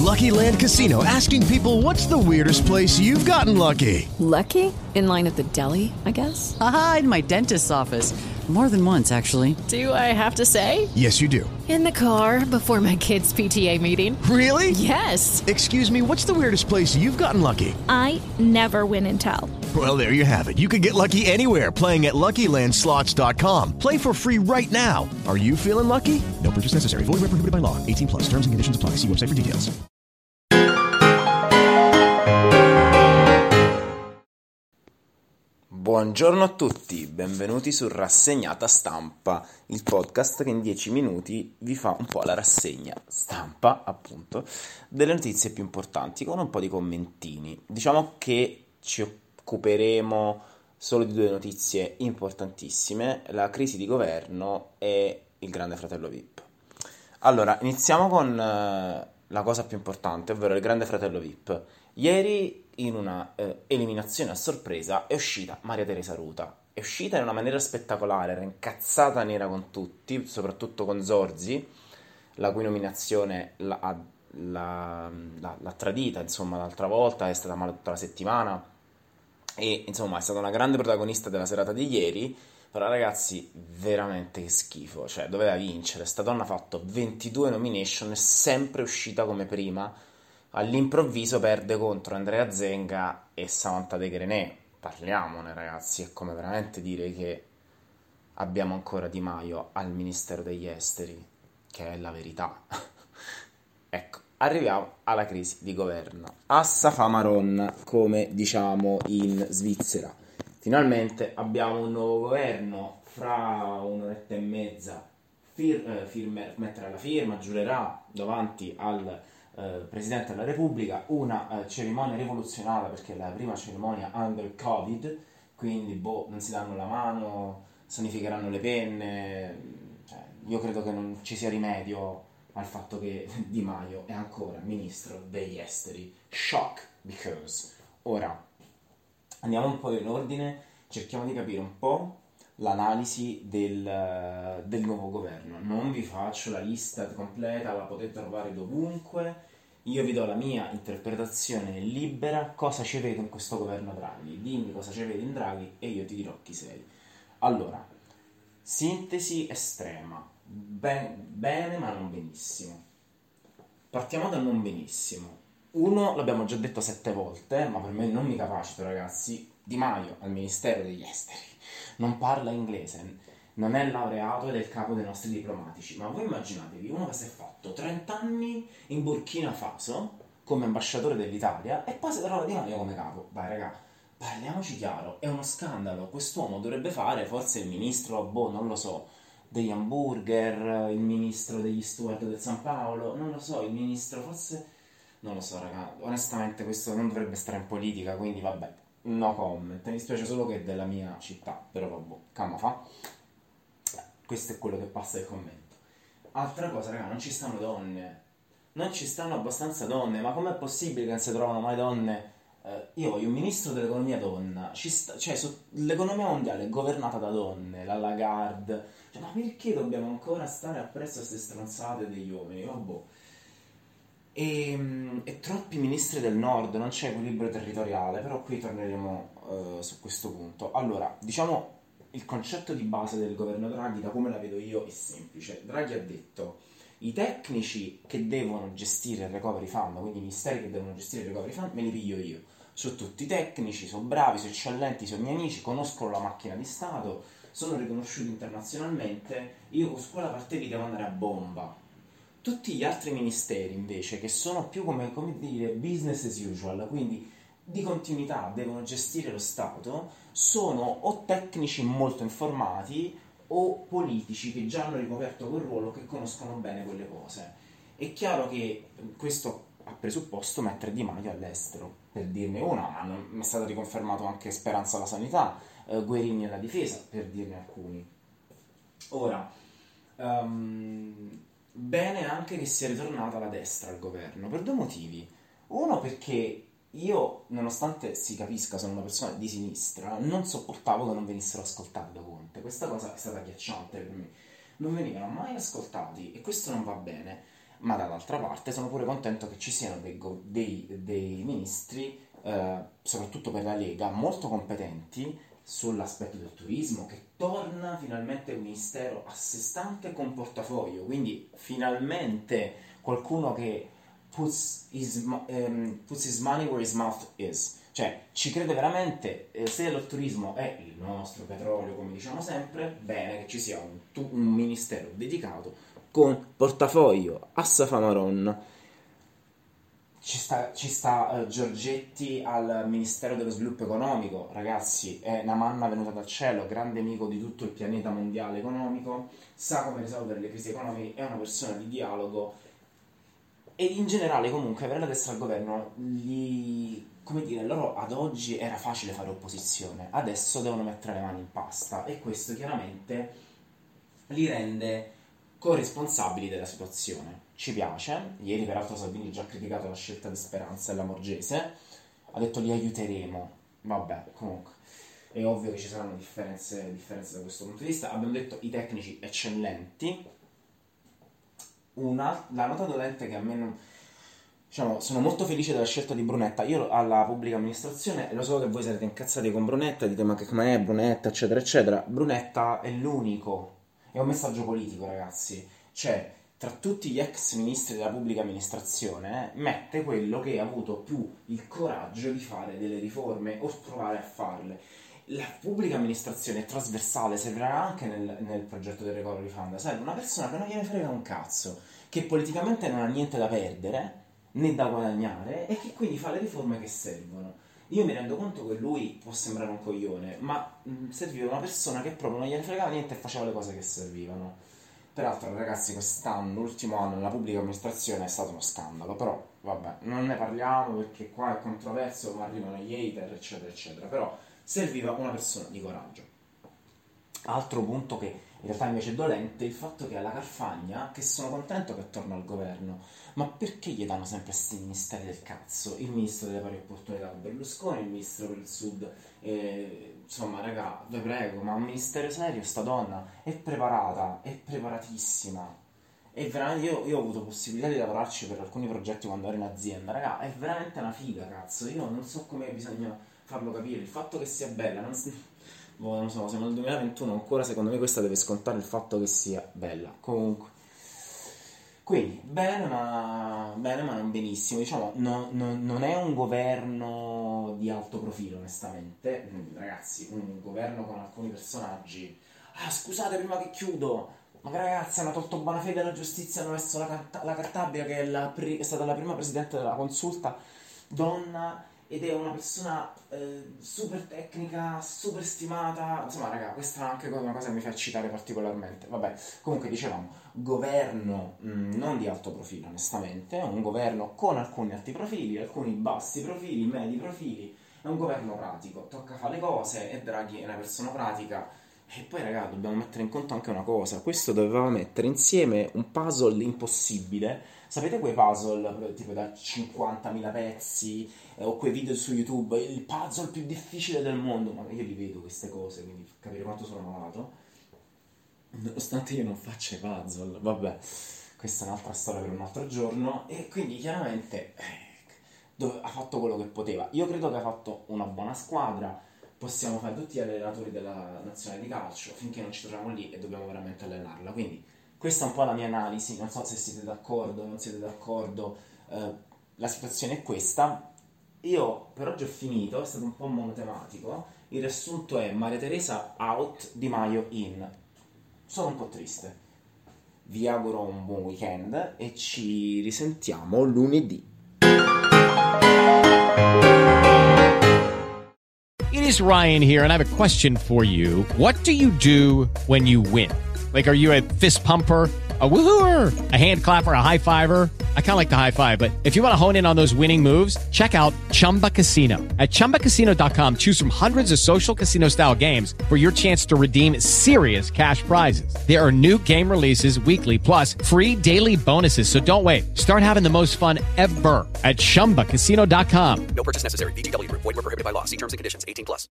Lucky Land Casino, asking people, what's the weirdest place you've gotten lucky? Lucky? In line at the deli, I guess? Aha, in my dentist's office. More than once, actually. Do I have to say? Yes, you do. In the car before my kids' PTA meeting. Really? Yes. Excuse me, what's the weirdest place you've gotten lucky? I never win and tell. Well, there you have it. You can get lucky anywhere, playing at LuckyLandSlots.com. Play for free right now. Are you feeling lucky? No purchase necessary. Void where prohibited by law. 18 plus. Terms and conditions apply. See website for details. Buongiorno a tutti, benvenuti su Rassegnata Stampa, il podcast che in 10 minuti vi fa un po' la rassegna stampa, appunto, delle notizie più importanti, con un po' di commentini. Diciamo che ci occuperemo solo di due notizie importantissime, la crisi di governo e il Grande Fratello VIP. Allora, iniziamo con la cosa più importante, ovvero il Grande Fratello VIP. Ieri, in una eliminazione a sorpresa, è uscita Maria Teresa Ruta. È uscita in una maniera spettacolare, era incazzata nera con tutti, soprattutto con Zorzi, la cui nominazione l'ha tradita, insomma, l'altra volta, è stata male tutta la settimana e, insomma, è stata una grande protagonista della serata di ieri. Però ragazzi, veramente che schifo, cioè doveva vincere. Sta donna ha fatto 22 nomination, è sempre uscita come prima. All'improvviso perde contro Andrea Zenga e Samantha De Grenet. Parliamone ragazzi, è come veramente dire che abbiamo ancora Di Maio al Ministero degli Esteri, che è la verità. Ecco, arriviamo alla crisi di governo. Assa fa Maron, come diciamo in Svizzera. Finalmente abbiamo un nuovo governo, fra un'oretta e mezza metterà la firma, giurerà davanti al Presidente della Repubblica, una cerimonia rivoluzionata perché è la prima cerimonia under Covid, quindi non si danno la mano, sanificheranno le penne, cioè, io credo che non ci sia rimedio al fatto che Di Maio è ancora Ministro degli Esteri. Shock, because. Ora, andiamo un po' in ordine, cerchiamo di capire un po' l'analisi del nuovo governo. Non vi faccio la lista completa, la potete trovare dovunque. Io vi do la mia interpretazione libera. Cosa ci vedo in questo governo Draghi? Dimmi cosa ci vedi in Draghi e io ti dirò chi sei. Allora, sintesi estrema. Bene ma non benissimo. Partiamo dal non benissimo. Uno, l'abbiamo già detto 7 volte, ma per me non mi capacito ragazzi. Di Maio al Ministero degli Esteri non parla inglese, non è laureato ed è il capo dei nostri diplomatici, ma voi immaginatevi uno che si è fatto 30 anni in Burkina Faso come ambasciatore dell'Italia e poi si trova Di Maio come capo. Vai raga, parliamoci chiaro, è uno scandalo. Quest'uomo dovrebbe fare forse il ministro, non lo so, degli hamburger, il ministro degli steward del San Paolo, non lo so, il ministro forse, non lo so raga, onestamente questo non dovrebbe stare in politica, quindi vabbè. No comment, mi dispiace solo che è della mia città, però vabbè, calma fa. Questo è quello che passa il commento. Altra cosa, raga, non ci stanno donne. Non ci stanno abbastanza donne, ma com'è possibile che non si trovano mai donne? Io voglio un ministro dell'economia donna. L'economia mondiale è governata da donne, la Lagarde. Cioè, ma perché dobbiamo ancora stare appresso a queste stronzate degli uomini? Vabbè. E troppi ministri del nord, non c'è equilibrio territoriale, però qui torneremo su questo punto. Allora, diciamo il concetto di base del governo Draghi, da come la vedo io, è semplice. Draghi ha detto i tecnici che devono gestire il recovery fund, quindi i ministeri che devono gestire il recovery fund, me li piglio io. Sono tutti tecnici, sono bravi, sono eccellenti, sono miei amici, conoscono la macchina di Stato, sono riconosciuti internazionalmente, io su quella parte lì devo andare a bomba. Tutti gli altri ministeri invece, che sono più come dire business as usual, quindi di continuità, devono gestire lo Stato, sono o tecnici molto informati o politici che già hanno ricoperto quel ruolo, che conoscono bene quelle cose. È chiaro che questo ha presupposto mettere Di Maio all'estero, per dirne una, ma non è stato riconfermato anche Speranza alla sanità, Guerini alla difesa, per dirne alcuni. Ora, bene anche che sia ritornata la destra al governo, per due motivi. Uno, perché io, nonostante si capisca, sono una persona di sinistra, non sopportavo che non venissero ascoltati da Conte. Questa cosa è stata agghiacciante per me. Non venivano mai ascoltati e questo non va bene. ma dall'altra parte sono pure contento che ci siano dei ministri, soprattutto per la Lega, molto competenti sull'aspetto del turismo, che torna finalmente un ministero a sé stante con portafoglio, quindi finalmente qualcuno che puts his money where his mouth is, cioè ci crede veramente. Se il turismo è il nostro petrolio, come diciamo sempre, bene che ci sia un ministero dedicato con portafoglio a Safamaron. Ci sta Giorgetti al Ministero dello Sviluppo Economico, ragazzi, è una manna venuta dal cielo, grande amico di tutto il pianeta mondiale economico, sa come risolvere le crisi economiche, è una persona di dialogo, e in generale comunque avere la destra al governo, come dire, loro ad oggi era facile fare opposizione, adesso devono mettere le mani in pasta, e questo chiaramente li rende corresponsabili della situazione. Ci piace. Ieri peraltro Salvini già ha criticato la scelta di Speranza e la Morgese, ha detto li aiuteremo, vabbè, comunque è ovvio che ci saranno differenze da questo punto di vista. Abbiamo detto i tecnici eccellenti. La nota dolente che a me non... Diciamo, sono molto felice della scelta di Brunetta. Io alla pubblica amministrazione, lo so che voi sarete incazzati con Brunetta, dite ma che è Brunetta, eccetera eccetera. Brunetta è l'unico, è un messaggio politico, ragazzi, cioè tra tutti gli ex ministri della pubblica amministrazione mette quello che ha avuto più il coraggio di fare delle riforme o provare a farle. La pubblica amministrazione è trasversale, servirà anche nel progetto del Recovery Fund. Serve una persona che non gliene frega un cazzo, che politicamente non ha niente da perdere né da guadagnare, e che quindi fa le riforme che servono. Io mi rendo conto che lui può sembrare un coglione, ma serviva una persona che proprio non gliene fregava niente e faceva le cose che servivano. Peraltro, ragazzi, quest'anno, l'ultimo anno nella pubblica amministrazione è stato uno scandalo, però vabbè, non ne parliamo perché qua è controverso, ma arrivano gli hater, eccetera eccetera, però serviva una persona di coraggio. Altro punto che in realtà invece è dolente, il fatto che alla Carfagna, che sono contento che torna al governo, ma perché gli danno sempre questi ministeri del cazzo? Il ministro delle pari opportunità Berlusconi, il ministro per il sud, insomma raga, vi prego, ma un ministero serio, sta donna è preparata, è preparatissima, e veramente io ho avuto possibilità di lavorarci per alcuni progetti quando ero in azienda, raga, è veramente una figa, cazzo. Io non so come bisogna farlo capire, il fatto che sia bella, non so, siamo nel 2021, ancora secondo me questa deve scontare il fatto che sia bella. Comunque, quindi bene ma non benissimo, diciamo, non è un governo di alto profilo, onestamente, ragazzi. Un governo con alcuni personaggi, scusate prima che chiudo, ma ragazzi, hanno tolto Bonafede dalla giustizia, hanno messo la Cartabia, che è stata la prima presidente della Consulta donna, ed è una persona super tecnica, super stimata, insomma raga, questa è anche una cosa che mi fa eccitare particolarmente. Vabbè, comunque dicevamo, governo non di alto profilo, onestamente, è un governo con alcuni alti profili, alcuni bassi profili, medi profili, è un governo pratico, tocca fare le cose, e Draghi è una persona pratica. E poi raga, dobbiamo mettere in conto anche una cosa, questo doveva mettere insieme un puzzle impossibile. Sapete quei puzzle tipo da 50.000 pezzi, o quei video su YouTube, il puzzle più difficile del mondo? Ma io li vedo queste cose, quindi capire quanto sono malato, nonostante io non faccia i puzzle. Vabbè, questa è un'altra storia per un altro giorno. E quindi chiaramente ha fatto quello che poteva. Io credo che ha fatto una buona squadra. Possiamo fare tutti gli allenatori della nazionale di calcio finché non ci troviamo lì, e dobbiamo veramente allenarla. Quindi questa è un po' la mia analisi, non so se siete d'accordo o non siete d'accordo, la situazione è questa. Io per oggi ho finito, è stato un po' monotematico. Il riassunto è: Maria Teresa out, Di Maio in. Sono un po' triste. Vi auguro un buon weekend e ci risentiamo lunedì. It is Ryan here, and I have a question for you. What do you do when you win? Like, are you a fist pumper, a woohooer, a hand clapper, a high fiver? I kind of like the high five, but if you want to hone in on those winning moves, check out Chumba Casino. At ChumbaCasino.com, choose from hundreds of social casino-style games for your chance to redeem serious cash prizes. There are new game releases weekly, plus free daily bonuses, so don't wait. Start having the most fun ever at ChumbaCasino.com. No purchase necessary. VGW Group. Void where prohibited by law. See terms and conditions. 18+.